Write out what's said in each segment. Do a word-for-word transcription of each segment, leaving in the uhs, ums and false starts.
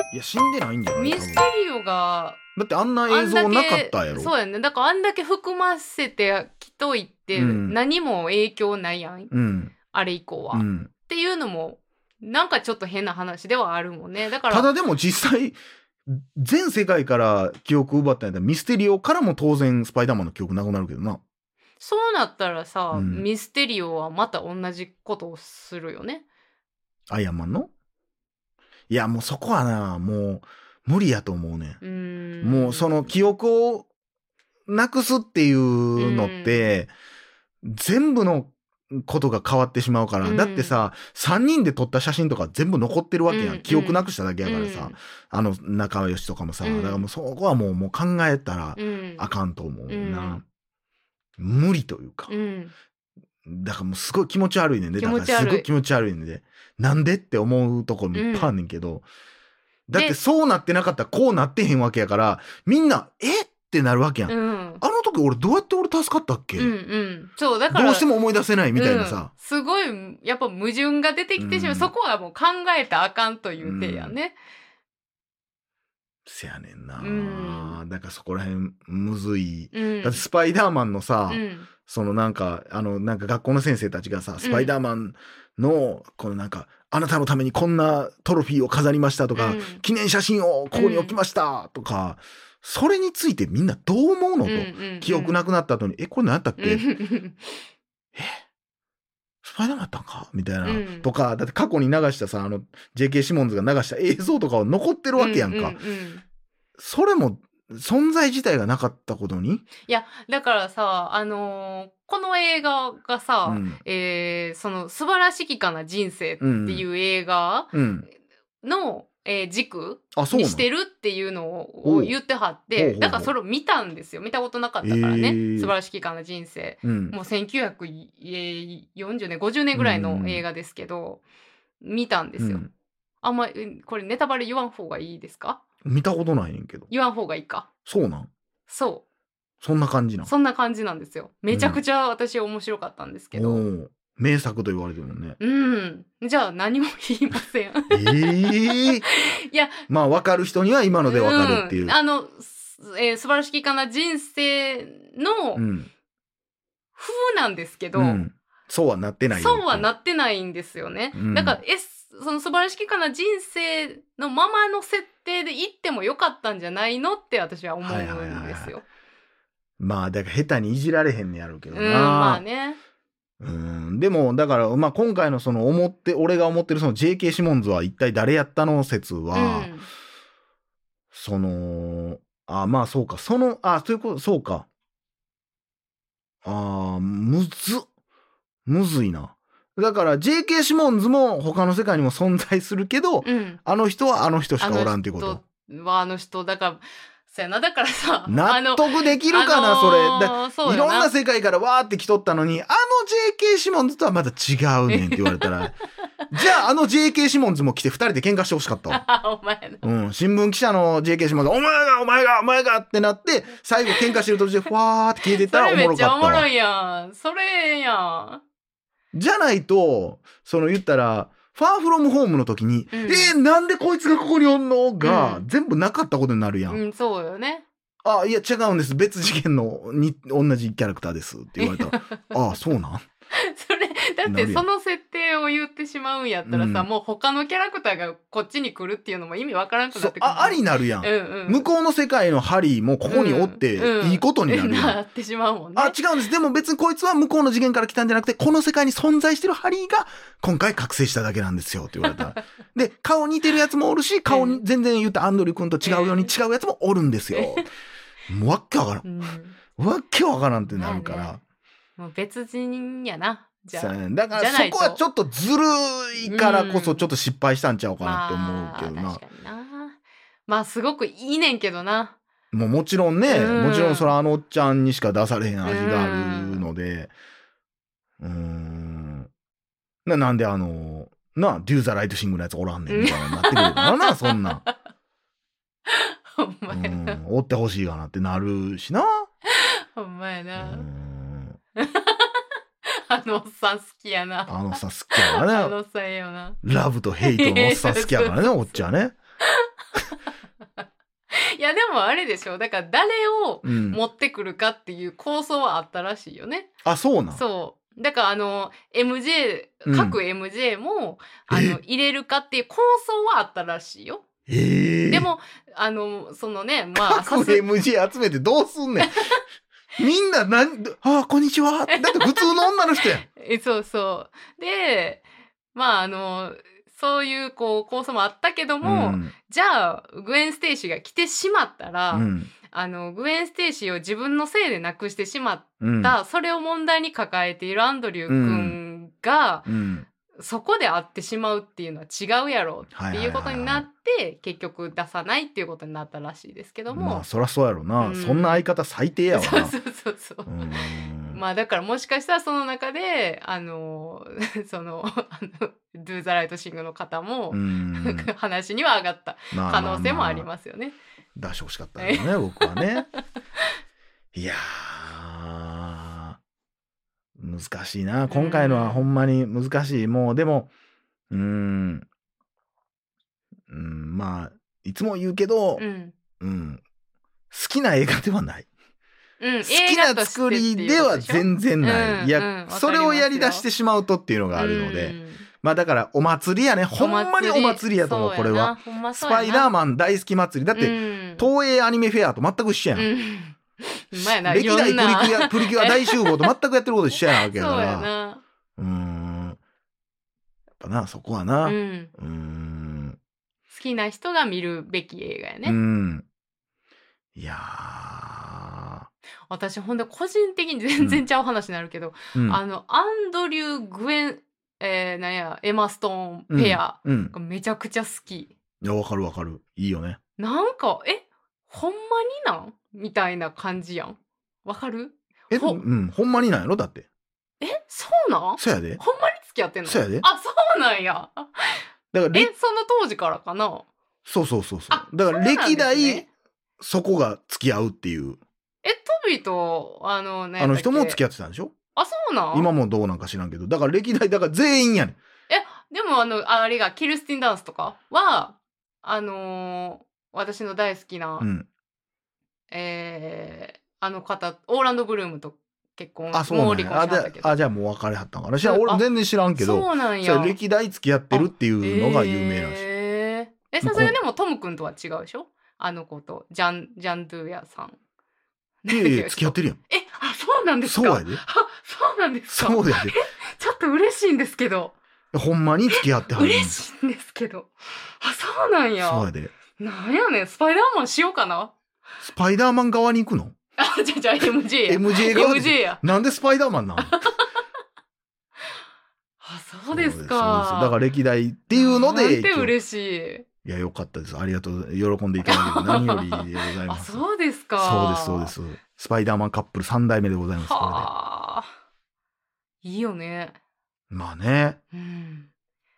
いや死んでないんじゃない？ ミステリオがだってあんな映像なかったやろ。 そうやね。だからあんだけ含ませてきといて、うん、何も影響ないやん、うん、あれ以降は、うん、っていうのもなんかちょっと変な話ではあるもんね。だからただでも実際全世界から記憶奪ったんやったらミステリオからも当然スパイダーマンの記憶なくなるけどな。 そうなったらさ、うん、ミステリオはまた同じことをするよね。 アイアンマンの？いやもうそこはなもう無理やと思うね。うーんもうその記憶をなくすっていうのって全部のことが変わってしまうから、だってささんにんで撮った写真とか全部残ってるわけやん、うん、記憶なくしただけやからさ、うん、あの仲良しとかもさ、うん、だからもうそこはもう、もう考えたらあかんと思うな、うん、無理というか、うん、だからもうすごい気持ち悪いねんで、だからすごい気持ち悪いねんで、なんでって思うところもいっぱいあんねんけど、うん、だってそうなってなかったらこうなってへんわけやからみんなえってなるわけやん、うん、あの時俺どうやって俺助かったっけ、うんうん、そうだからどうしても思い出せないみたいなさ、うん、 すごいやっぱ矛盾が出てきてしまう、うん、そこはもう考えたらあかんという手やね、うん、 せやねんな、うん、だからそこら辺むずい、うん、だってスパイダーマンのさ、うん、そのなんかあのなんか学校の先生たちがさスパイダーマンのこのなんかあなたのためにこんなトロフィーを飾りましたとか、うん、記念写真をここに置きましたとか、うん、それについてみんなどう思うのと、うんうんうん、記憶なくなった後にえこれ何やったっけ、うん、えスパイダーマンやったんかみたいな、うん、とかだって過去に流したさあの ジェーケー シモンズが流した映像とかは残ってるわけやんか、うんうんうん、それも存在自体がなかったことに。いやだからさあのー、この映画がさ、うんえー、その素晴らしきかな人生っていう映画の、うんうんえー、軸にしてるっていうのを言ってはってだからそれを見たんですよ。見たことなかったからね、えー、素晴らしきかな人生、うん、もうせんきゅうひゃくよんじゅうねんごじゅうねんぐらいの映画ですけど、うん、見たんですよ、うん、あんまこれネタバレ言わん方がいいですか？ 見たことないねんけど。 言わん方がいいか。 そうなん？ そうそんな感じなん？ そんな感じなんですよ。めちゃくちゃ私面白かったんですけど、うん、 名作と言われてるもんね。 うんじゃあ何も言いません。えー、いやまあ分かる人には今ので分かるっていう、うん、 あの、えー、素晴らしきかな人生の風なんですけど、うん、 そうはなってないそうはなってないんですよね、うん、だからえその素晴らしきかな人生のままの設定で言ってもよかったんじゃないのって私は思うんですよ、はいはいはいはい、 まあだから下手にいじられへんねやろうけどな、うんまあねうんでもだからまあ今回のその思って俺が思ってるその ジェーケー シモンズは一体誰やったの説は、うん、そのあまあそうかそのあそういうことそうかあむずむずいな。だから ジェーケー シモンズも他の世界にも存在するけど、うん、あの人はあの人しかおらんっていうこと。あの人はあの人だからそうやなだからさ納得できるかな、あのー、それだそういろんな世界からわーって来とったのにあの ジェーケー シモンズとはまた違うねんって言われたらじゃああの ジェーケー シモンズも来てふたりで喧嘩してほしかったわ。 お前の、うん、新聞記者の ジェーケー シモンズがお前がお前がお前がってなって最後喧嘩してる途中でふわーって消えてったらおもろかったわ。 それめっちゃおもろいやん。それやん。 じゃないとその言ったらファーフロムホームの時に、うん、えー、なんでこいつがここにおんのが、うん、全部なかったことになるやん。 うん、そうよね。 あ、いや違うんです。別次元のに同じキャラクターですって言われたら、ああそうなん。 それだってその設定を言ってしまうんやったらさ、うん、もう他のキャラクターがこっちに来るっていうのも意味わからんくなってくる。 あ、ありなるやん、うんうん。向こうの世界のハリーもここにおっていいことになるやん、うんうん、 なってしまうもんね。 あ、違うんです。でも別にこいつは向こうの次元から来たんじゃなくてこの世界に存在してるハリーが今回覚醒しただけなんですよって言われたらで顔似てるやつもおるし顔に全然言ったアンドリュー君と違うように違うやつもおるんですよ。もうわっけわからん、うん、わっけわからんってなるから、まあね、 もう別人やな。じゃあだからそこはちょっとずるいからこそちょっと失敗したんちゃうかなって思うけどな、 まあ、確かにな。まあすごくいいねんけどな。 もうもちろんね、うん、もちろんそれあのおっちゃんにしか出されへん味があるので、うーんな、なんであのなデューザライトシングのやつおらんねんみたいになってくるからなそんなほんまやな、 うん、追ってほしいかなってなるしな。 ほんまやな。あのおっさん好きやな。 あのおっさん好きやからね。 あのおっさんやな。 ラブとヘイトのおっさん好きやからねおっちゃんねやでもあれでしょ、だから誰を持ってくるかっていう構想はあったらしいよね。 うん、あ、そうなん。 そうだからあの エムジェー、各 エムジェー も、うん、あの入れるかっていう構想はあったらしいよ。 えー、 でもあのそのね、まあ各 エムジェー 集めてどうすんねん。みんな何、あ、こんにちは。だって普通の女の人やん。 え、そうそう。で、まああのそういうこう構想もあったけども、うん、じゃあグエン・ステイシーが来てしまったら、うん、あのグエン・ステイシーを自分のせいで亡くしてしまった、うん、それを問題に抱えているアンドリュー君が、うん、そこで会ってしまうっていうのは違うやろっていうことになって、はいはいはいはい、結局出さないっていうことになったらしいですけども。 まあそりゃそうやろな、うん、そんな相方最低やわな。 そうそうそうそう。うんまあだからもしかしたらその中であのそのドゥーザライトシングの方も話には上がった可能性もありますよね。まあまあまあ、出してほしかったよね僕はね。いやー難しいな今回のはほんまに難しい。もうでもうーんうんまあいつも言うけど、うんうん、好きな映画ではない。うん、好きな作りでは全然ない。うん、いや、うん、それをやり出してしまうとっていうのがあるので。うん、まあだからお祭りやね。ほんまにお祭りやと思う、これは。スパイダーマン大好き祭り。だって、うん、東映アニメフェアと全く一緒やん。うん、歴代プリキュア、プリキュア大集合と全くやってること一緒やなわけやから。そうやな。うーん。やっぱな、そこはな。うん。うーん好きな人が見るべき映画やね。うん。いやー。 私ほんで個人的に全然ちゃう話になるけど、うん、あのアンドリュー・グエン、えー、なんやエマ・ストーンペアがめちゃくちゃ好き。いやわかるわかる、いいよね。 なんかえほんまになんみたいな感じやん。わかる？ えほ,、うん、ほんまになんやろだって。 えそうなん？ そうやで。 ほんまに付き合ってんの？ そうやで。 あそうなんや。だからえその当時からかな。 そうそうそうそう。だから歴代 そ,、ね、そこが付き合うっていう。 え、トビーと、あのね。 あの人も付き合ってたんでしょ？ あ、そうなん？ 今もどうなんか知らんけど。だから歴代、だから全員やねん。 え、でもあの、あれが、キルスティンダンスとかは、あのー、私の大好きな、うん、えー、あの方、オーランド・ブルームと結婚、 あ、そうなんや。 もう離婚しはったけど。 あ、じゃあもう別れはったんかな。知らん、俺全然知らんけど。 そうなんや。 歴代付き合ってるっていうのが有名らしい。 えー、え、さすがにでもトム君とは違うでしょ？あの子と、ジャン、ジャンドゥーヤさん。 いやいや、付き合ってるやん。 え、あ、そうなんですか？ そうやで。 あ、そうなんですか？ そうやで。 ちょっと嬉しいんですけど。 ほんまに付き合ってはる。 嬉しいんですけど。あ、そうなんや。 そうやで。 なんやねん、スパイダーマンしようかな。 スパイダーマン側に行くの？ あ、じゃじゃ エムジェー や。 エムジェー 側エムジェー や。 なんでスパイダーマンなの？あ、 そうですか。 だから歴代っていうので。 なんて嬉しい。 いや、よかったです。ありがとう。喜んでいただけて何よりでございます。 あ、そうですか。 そうです、そうです。スパイダーマンカップルさん代目でございます。 はあ。いいよね。 まあね。 うん。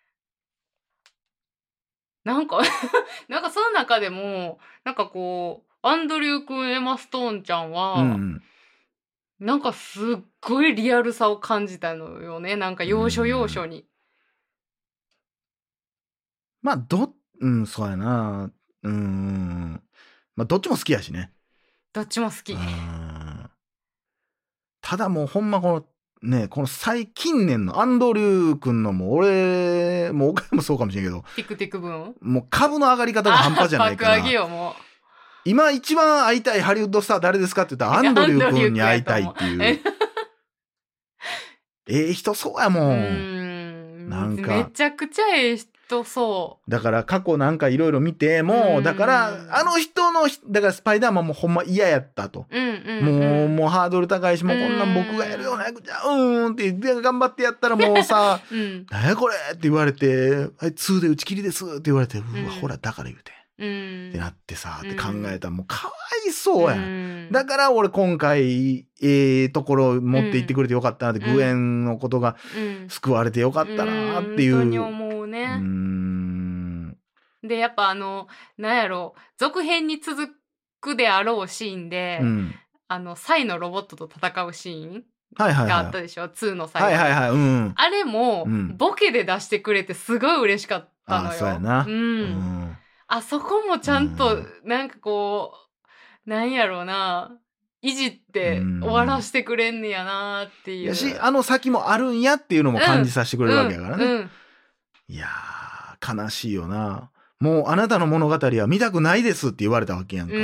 なんか、なんかその中でも、なんかこう、アンドリュー君、エマ・ストーンちゃんは、うん、なんかすっごいリアルさを感じたのよね。なんか要所要所に。 まあ、ど、うん、そうやな。うん。まあ、どっちも好きやしね。 どっちも好き。 ただもうほんまこの、ね、この最近年のアンドリュー君のもう俺、もう岡山もそうかもしれんけど。 ティクティク分もう株の上がり方が半端じゃないから。 爆上げよ、もう。 今一番会いたいハリウッドスター誰ですかって言ったらアンドリュー君に会いたいっていう。ええ人そうやもん。 うんなんか。めちゃくちゃええ人そう。 だから過去なんかいろいろ見ても、だからあの人の、だからスパイダーマンもほんま嫌やったと。うんうんうん、もう、もうハードル高いし、もうこんなん僕がやるような役じゃ、うーんって言って頑張ってやったらもうさ、うん、何やこれって言われて、はい、ツーで打ち切りですって言われて、うわ、うん、ほら、だから言うて。うん、ってなってさ、って考えたらもうかわいそうやん。うん、だから俺今回、ええところ持って行ってくれてよかったなって、うん、グエンのことが救われてよかったなっていう。 本当に思うね。うーんで、やっぱあの、なんやろ、続編に続くであろうシーンで、うん、あの、サイのロボットと戦うシーンがあったでしょ、はいはいはい、ツーの最後。 はいはいはい、うん。 あれも、うん、ボケで出してくれてすごい嬉しかったのよ。 あ、そうやな。 うん。うんあそこもちゃんと、なんかこう、なんやろうな、いじって終わらしてくれんねやなっていう。 やし、あの先もあるんやっていうのも感じさせてくれるわけやからね。 うんうんうん、 いやー、悲しいよな。もうあなたの物語は見たくないですって言われたわけやんか。うん、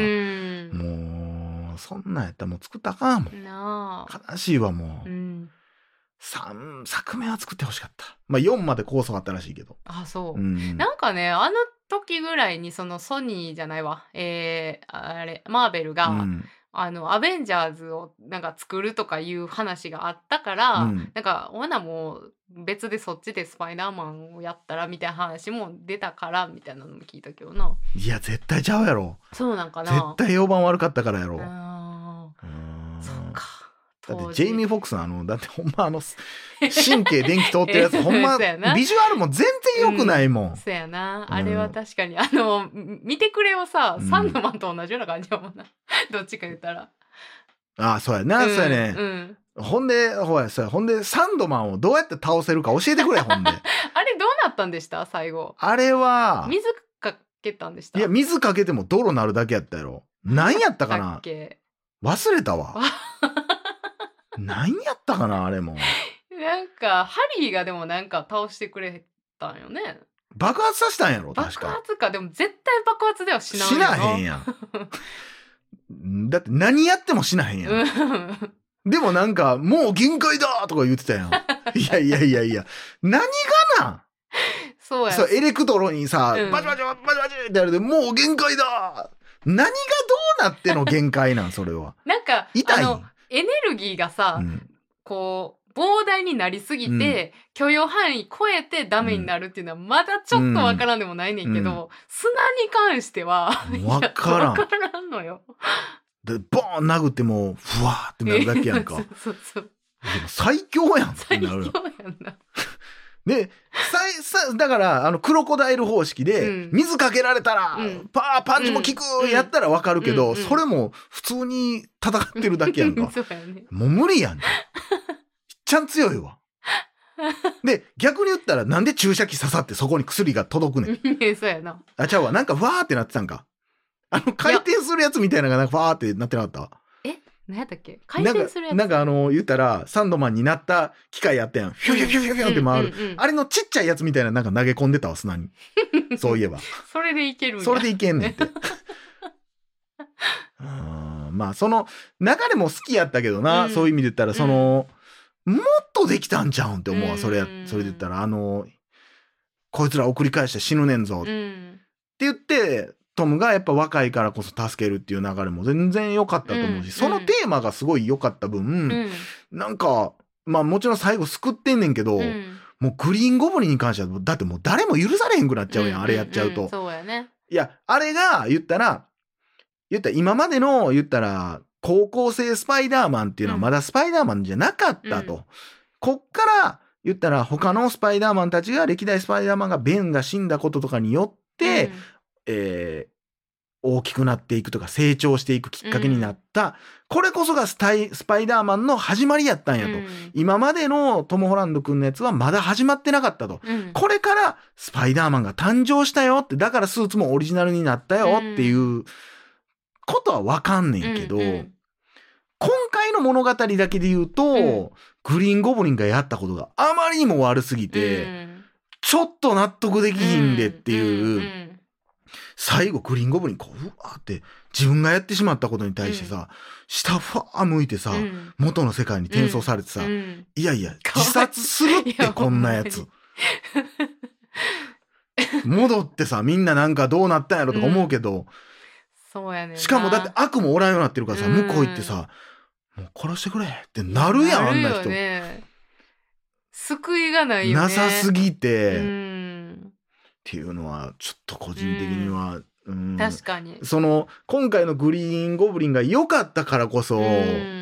もう、そんなんやったらもう作ったらあかんもん。なあ。悲しいわ、もう。うん、さんさくめは作ってほしかった。まあよんまで構想あったらしいけど。 あ、そう。うん、なんかね、あの時ぐらいにそのソニーじゃないわ。えー、あれ、マーベルが、うん、あの、アベンジャーズをなんか作るとかいう話があったから、うん、なんか、おなもう別でそっちでスパイダーマンをやったらみたいな話も出たからみたいなのも聞いたけどな。 いや、絶対ちゃうやろ。 そうなんかな。 絶対評判悪かったからやろ。 ああ。そっか。 だってジェイミー・フォックスのあの、だってほんまあの、神経電気通ってるやつ、ほんま、ビジュアルも全然良くないもん。 そうやな。あれは確かに、あの、見てくれはさ、サンドマンと同じような感じやもんな。どっちか言ったら。 ああ、そうやな、そうやね。ほんで、ほら、そうや、ほんで、サンドマンをどうやって倒せるか教えてくれ、ほんで。 あれどうなったんでした最後。 あれは、 水かけたんでした？ いや、水かけても泥なるだけやったやろ。何やったかな？忘れたわ。何やったかなあれも。 なんかハリーがでもなんか倒してくれたんよね。 爆発させたんやろ確か。 爆発か。でも絶対爆発ではしないよな。しなへんやん。だって何やってもしなへんやん。でもなんかもう限界だとか言ってたやん。いやいやいやいや。何がなんそうや。 そうエレクトロにさ、うん、バチバチバチバチってやるでもう限界だ。何がどうなっての限界なんそれは。 なんか痛い。あのエネルギーがさ、うん、こう膨大になりすぎて、うん、許容範囲超えてダメになるっていうのはまだちょっとわからんでもないねんけど、うん、砂に関してはわからん。 わからんのよ。 でボーン殴ってもふわーってなるだけやんか。 そうそうそう。でも最強やんってなる。 最強やんな。 で、ささだからあのクロコダイル方式で、うん、水かけられたら、うん、パーパンチも効く、やったらわかるけど、うんうん、それも普通に戦ってるだけやんか。 そうやね、 もう無理やん。ちゃん強いわ。で逆に言ったらなんで注射器刺さってそこに薬が届くねん。そうやな。 あちゃうわなんかふわーってなってたんか。あの回転するやつみたいなのがなんかふわーってなってなかった？ え何やったっけ回転するやつなんか、なんかあの言ったらサンドマンになった機械やったやん。ヒュヒュヒュヒュヒュって回る、うんうんうん、あれのちっちゃいやつみたいななんか投げ込んでたわ砂に。そういえばそれでいけるんや。 それでいけんねんって。あまあその流れも好きやったけどな、うん、そういう意味で言ったらその、うん、もっとできたんちゃうんって思うわ。それそれで言ったらあのこいつら送り返して死ぬねんぞ、うん、って言ってトムがやっぱ若いからこそ助けるっていう流れも全然良かったと思うし、うん、そのテーマがすごい良かった分、うん、なんかまあもちろん最後救ってんねんけど、うん、もうグリーンゴブリンに関してはだってもう誰も許されへんくなっちゃうやん、うん、あれやっちゃうと、 うん、そうやね。 いやあれが言ったら言ったら今までの言ったら高校生スパイダーマンっていうのはまだスパイダーマンじゃなかったと、うん、こっから言ったら他のスパイダーマンたちが歴代スパイダーマンがベンが死んだこととかによって、うんえー、大きくなっていくとか成長していくきっかけになった、うん、これこそがスタイスパイダーマンの始まりやったんやと、うん、今までのトム・ホランド君のやつはまだ始まってなかったと、うん、これからスパイダーマンが誕生したよってだからスーツもオリジナルになったよっていうことは分かんねんけど、うんうん、今回の物語だけで言うと、うん、グリーンゴブリンがやったことがあまりにも悪すぎて、うん、ちょっと納得できひんでっていう、うんうんうん最後グリーンゴブリンこううわーって自分がやってしまったことに対してさ、うん、下ファー向いてさ、うん、元の世界に転送されてさ、うん、いやいや自殺するってこんなやつ戻ってさみんななんかどうなったんやろとか思うけど、うん、 そうやねんな。 しかもだって悪もおらんようになってるからさ、うん、向こう行ってさもう殺してくれってなるやん、あんな人。 救いがないよね。 なさすぎて、うんっていうのはちょっと個人的には、うん、 確かにその今回のグリーンゴブリンが良かったからこそ、うん、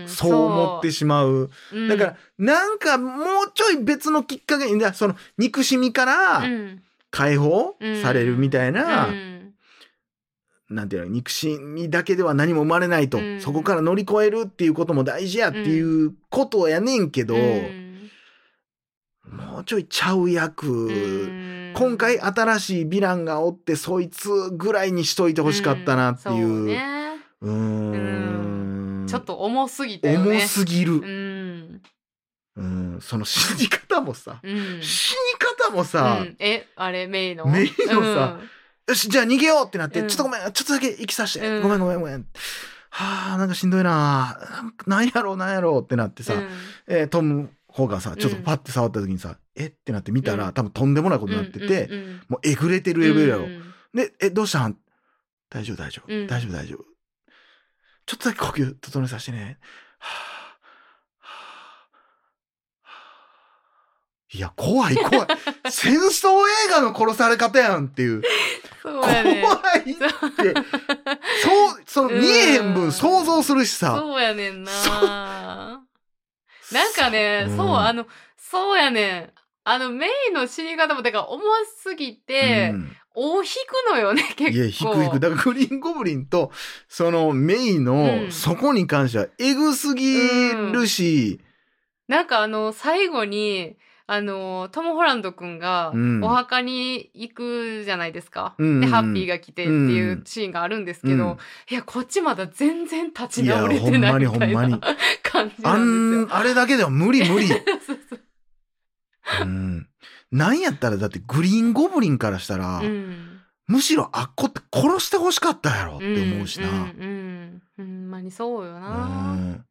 そう思ってしまう、うん、だからなんかもうちょい別のきっかけにその憎しみから解放されるみたいな、うん、なんていうの憎しみだけでは何も生まれないと、うん、そこから乗り越えるっていうことも大事やっていうことやねんけど、うん、もうちょいちゃう役、 今回新しいヴィランがおってそいつぐらいにしといてほしかったなっていう、うん、そうね、うーん、 ちょっと重すぎたよね。 重すぎる、うんうん、その死に方もさ、うん、死に方もさ、うん、 えあれメイのメイのさ、うん、よしじゃあ逃げようってなって、うん、ちょっとごめんちょっとだけ息さして、うん、ごめんごめんごめん、はあなんかしんどいな、なんやろうなんやろうってなってさ、うん、えー、トム方がさちょっとパッて触った時にさ、うん、えってなって見たら、うん、多分とんでもないことになってて、うんうんうん、もうえぐれてるレベルやろ、うん、でえどうしたん、大丈夫大丈夫、うん、大丈夫大丈夫、ちょっとだけ呼吸整えさせてね、はあいや怖い怖い戦争映画の殺され方やんっていう、 そうやね、 怖いってそうその見えへん分想像するしさ、 そうやねんな、なんかね、そう、うん、あのそうやねん、あのメイの死に方もだから重すぎて、うん、大引くのよね結構。いや引く引く、だからグリーンゴブリンとそのメイのそこに関してはエグすぎるし、 うん、なんかあの最後にあのトム・ホランド君がお墓に行くじゃないですか、うん、でハッピーが来てっていうシーンがあるんですけど、うん、いやこっちまだ全然立ち直れてないみたいな感じなんですよ。 あ, あれだけでは無理無理そうそう、うん、なんやったらだってグリーンゴブリンからしたら、うん、むしろあっこって殺してほしかったやろって思うしな、うんうんうん、 ほんまにそうよな、うん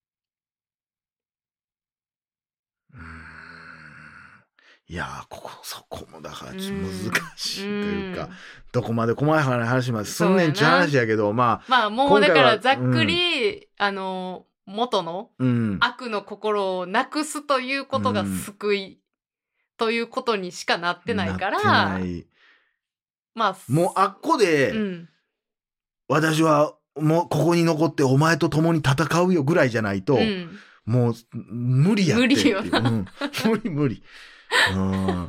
いやーここそこもだからちょっと難しいというか、うん、どこまで細やかな話まですんねんちゅう話やけど、まあまあもうだからざっくり、うん、あの元の悪の心をなくすということが救い、うん、ということにしかなってないから、なってない、まあもうあっこで、うん、私はもうここに残ってお前と共に戦うよぐらいじゃないと、うん、もう無理やってって無理よな、 うん、無理無理うん、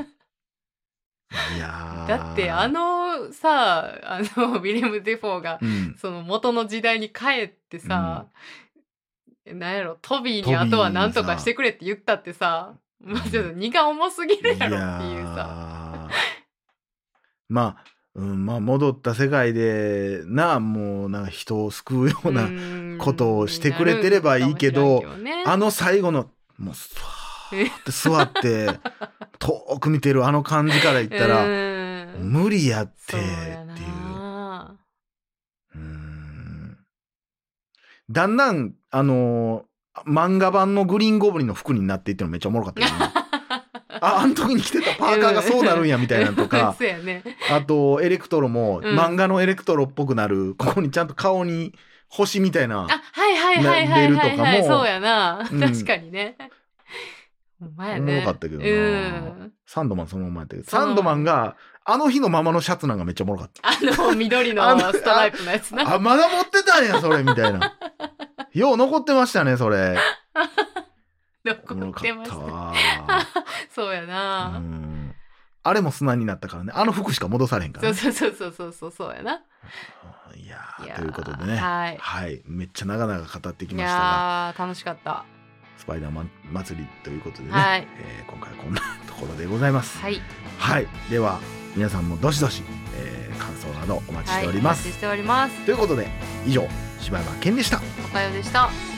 いやだってあのさあのウィレム・デフォーが、うん、その元の時代に帰ってさ、うん、なんやろトビーにあとは何とかしてくれって言ったってさ、まあ、ちょっと荷が重すぎるやろっていうさ、 まあ、うん、まあ戻った世界でなもうなんか人を救うようなことをしてくれてればいいけど、ね、あの最後のもうって座って遠く見てるあの感じから言ったら無理やってっていう、うん、だんだんあのー、漫画版のグリーンゴブリンの服になっていってのめっちゃおもろかったけど、ね、ああの時に着てたパーカーがそうなるんやみたいなとかね、 あとエレクトロも、うん、漫画のエレクトロっぽくなるここにちゃんと顔に星みたいな出るとかもそうやな、うん、確かにねおもろかったけどな、うん、サンドマンそのままやったけどサンドマンがあの日のままのシャツなんかめっちゃおもろかった。 あの緑のストライプのやつなあ, あまだ持ってたんやそれみたいなよう残ってましたねそれ残ってましたそうやな、うん、 あれも砂になったからねあの服しか戻されへんから、ね、 そうそうそうそうそうそうやな。 いやーということでね、 はい、 はい、めっちゃ長々語ってきましたが、いや楽しかったスパイダーマン祭りということでね、 はい、 えー、今回はこんなところでございます。 はい、 はい、では皆さんもどしどし、えー、感想などお待ちしております。 はい、お待ちしております。 ということで以上柴山健でした。 おかよでした。